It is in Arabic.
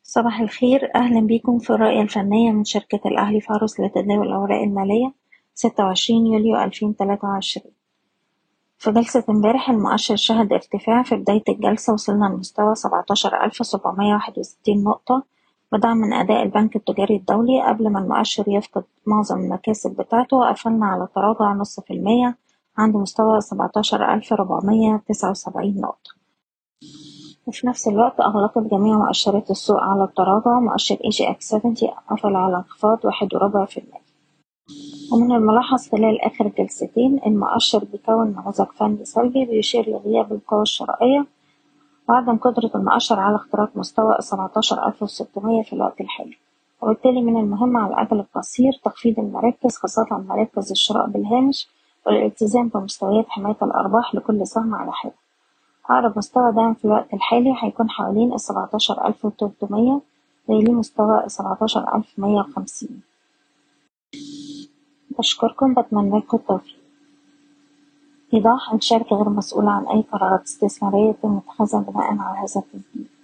صباح الخير، أهلا بيكم في الرؤية الفنية من شركة الأهلي فارس لتداول الأوراق المالية 26 يوليو 2023. في جلسة امبارح المؤشر شهد ارتفاع. في بداية الجلسة وصلنا لمستوى 17761 نقطة بدعم من أداء البنك التجاري الدولي قبل ما المؤشر يفقد معظم المكاسب بتاعته، وقفلنا على تراجع 0.5% عند مستوى 17479 نقطة. وفي نفس الوقت أغلقت جميع مؤشرات السوق على التراجع. مؤشر AGX 70 قفل على انخفاض 1.25%. ومن الملاحظ خلال آخر جلستين المؤشر بيكون نموذج فني سلبي بيشير لغياب القوى الشرائية وعدم قدرة المؤشر على اختراق مستوى 17600 في الوقت الحالي، وبالتالي من المهم على الأجل القصير تخفيض المراكز، خاصة مراكز الشراء بالهامش، والالتزام بمستويات حماية الأرباح لكل سهم على حدة. أقرب مستوى دعم في الوقت الحالي هيكون حوالين 17300، ويليه مستوى 17150. بشكركم، بتمنى لكم التوفيق. إيضاح: الشركة غير مسؤولة عن أي قرارات استثمارية يتم اتخاذها بناء على هذا التسجيل.